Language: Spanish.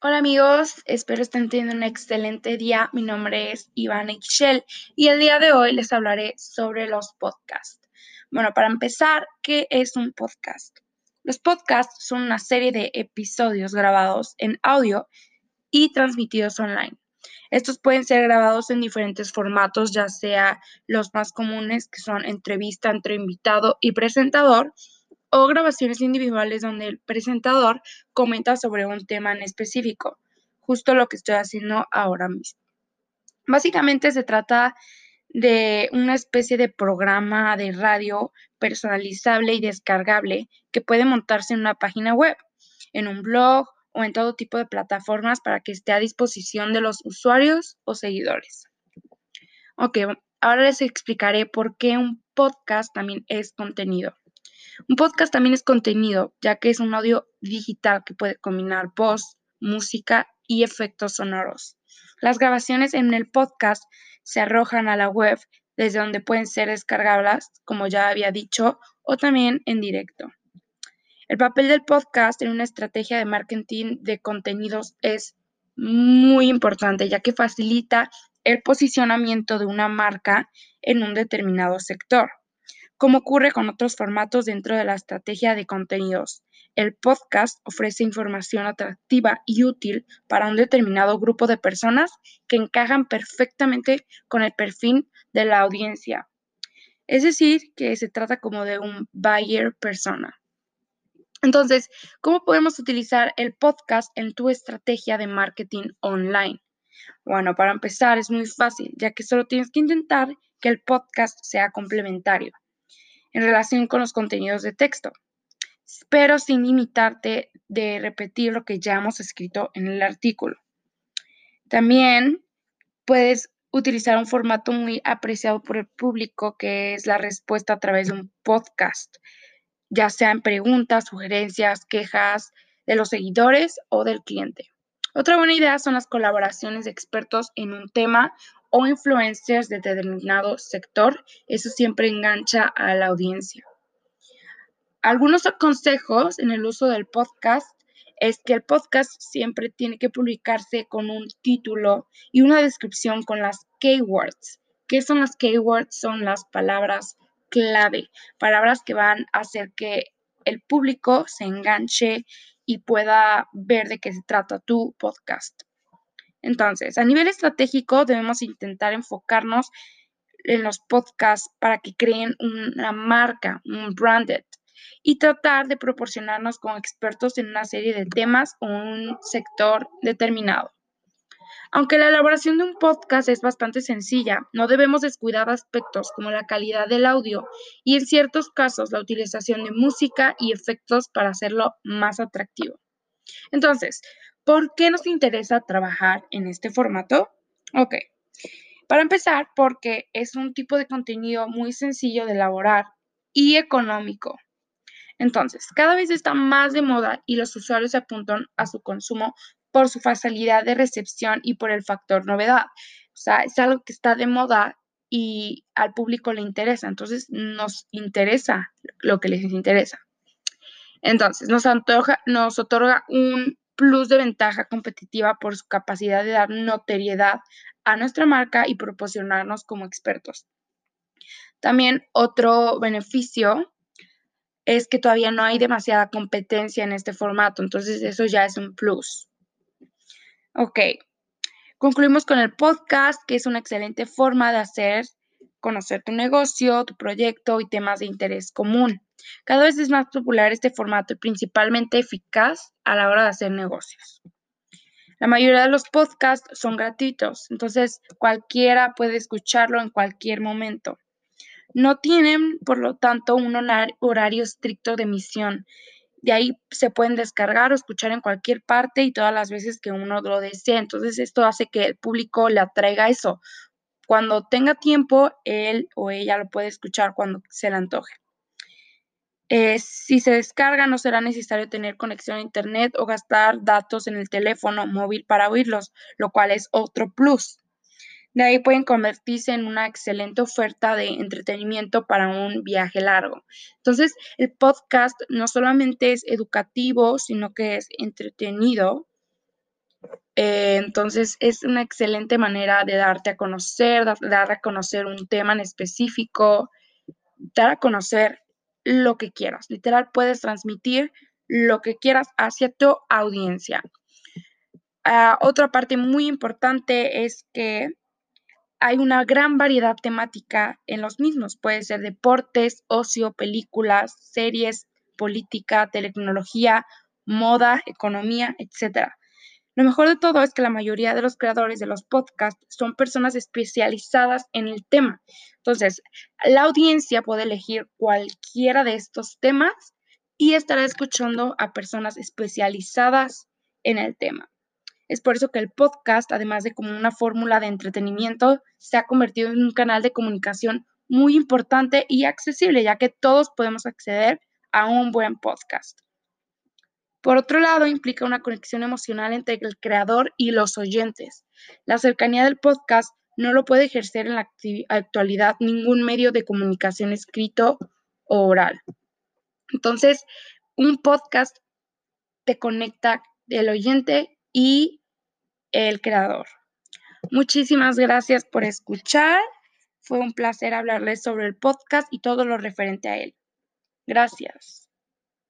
Hola amigos, espero estén teniendo un excelente día. Mi nombre es Ivana Ixchel y el día de hoy les hablaré sobre los podcasts. Bueno, para empezar, ¿qué es un podcast? Los podcasts son una serie de episodios grabados en audio y transmitidos online. Estos pueden ser grabados en diferentes formatos, ya sea los más comunes, que son entrevista entre invitado y presentador, o grabaciones individuales donde el presentador comenta sobre un tema en específico, justo lo que estoy haciendo ahora mismo. Básicamente se trata de una especie de programa de radio personalizable y descargable que puede montarse en una página web, en un blog o en todo tipo de plataformas para que esté a disposición de los usuarios o seguidores. Ok, ahora les explicaré por qué un podcast también es contenido. Un podcast también es contenido, ya que es un audio digital que puede combinar voz, música y efectos sonoros. Las grabaciones en el podcast se arrojan a la web, desde donde pueden ser descargables, como ya había dicho, o también en directo. El papel del podcast en una estrategia de marketing de contenidos es muy importante, ya que facilita el posicionamiento de una marca en un determinado sector. Como ocurre con otros formatos dentro de la estrategia de contenidos, el podcast ofrece información atractiva y útil para un determinado grupo de personas que encajan perfectamente con el perfil de la audiencia. Es decir, que se trata como de un buyer persona. Entonces, ¿cómo podemos utilizar el podcast en tu estrategia de marketing online? Bueno, para empezar es muy fácil, ya que solo tienes que intentar que el podcast sea complementario en relación con los contenidos de texto, pero sin limitarte de repetir lo que ya hemos escrito en el artículo. También puedes utilizar un formato muy apreciado por el público, que es la respuesta a través de un podcast, ya sean preguntas, sugerencias, quejas de los seguidores o del cliente. Otra buena idea son las colaboraciones de expertos en un tema o influencers de determinado sector. Eso siempre engancha a la audiencia. Algunos consejos en el uso del podcast es que el podcast siempre tiene que publicarse con un título y una descripción con las keywords. ¿Qué son las keywords? Son las palabras clave, palabras que van a hacer que el público se enganche y pueda ver de qué se trata tu podcast. Entonces, a nivel estratégico, debemos intentar enfocarnos en los podcasts para que creen una marca, un branded, y tratar de proporcionarnos con expertos en una serie de temas o un sector determinado. Aunque la elaboración de un podcast es bastante sencilla, no debemos descuidar aspectos como la calidad del audio y en ciertos casos la utilización de música y efectos para hacerlo más atractivo. Entonces, ¿por qué nos interesa trabajar en este formato? Ok, para empezar, porque es un tipo de contenido muy sencillo de elaborar y económico. Entonces, cada vez está más de moda y los usuarios se apuntan a su consumo por su facilidad de recepción y por el factor novedad. O sea, es algo que está de moda y al público le interesa. Entonces, nos interesa lo que les interesa. Entonces, nos otorga un plus de ventaja competitiva por su capacidad de dar notoriedad a nuestra marca y proporcionarnos como expertos. También otro beneficio es que todavía no hay demasiada competencia en este formato, entonces eso ya es un plus. Ok, concluimos con el podcast, que es una excelente forma de hacer conocer tu negocio, tu proyecto y temas de interés común. Cada vez es más popular este formato y principalmente eficaz a la hora de hacer negocios. La mayoría de los podcasts son gratuitos, entonces cualquiera puede escucharlo en cualquier momento. No tienen, por lo tanto, un horario estricto de emisión. De ahí se pueden descargar o escuchar en cualquier parte y todas las veces que uno lo desee. Entonces, esto hace que el público le atraiga eso. Cuando tenga tiempo, él o ella lo puede escuchar cuando se le antoje. Si se descarga, no será necesario tener conexión a internet o gastar datos en el teléfono móvil para oírlos, lo cual es otro plus. De ahí pueden convertirse en una excelente oferta de entretenimiento para un viaje largo. Entonces, el podcast no solamente es educativo, sino que es entretenido Entonces es una excelente manera de darte a conocer, dar a conocer un tema en específico, dar a conocer lo que quieras. Literal, puedes transmitir lo que quieras hacia tu audiencia. Otra parte muy importante es que hay una gran variedad temática en los mismos. Puede ser deportes, ocio, películas, series, política, tecnología, moda, economía, etcétera. Lo mejor de todo es que la mayoría de los creadores de los podcasts son personas especializadas en el tema. Entonces, la audiencia puede elegir cualquiera de estos temas y estará escuchando a personas especializadas en el tema. Es por eso que el podcast, además de como una fórmula de entretenimiento, se ha convertido en un canal de comunicación muy importante y accesible, ya que todos podemos acceder a un buen podcast. Por otro lado, implica una conexión emocional entre el creador y los oyentes. La cercanía del podcast no lo puede ejercer en la actualidad ningún medio de comunicación escrito o oral. Entonces, un podcast te conecta el oyente y el creador. Muchísimas gracias por escuchar. Fue un placer hablarles sobre el podcast y todo lo referente a él. Gracias.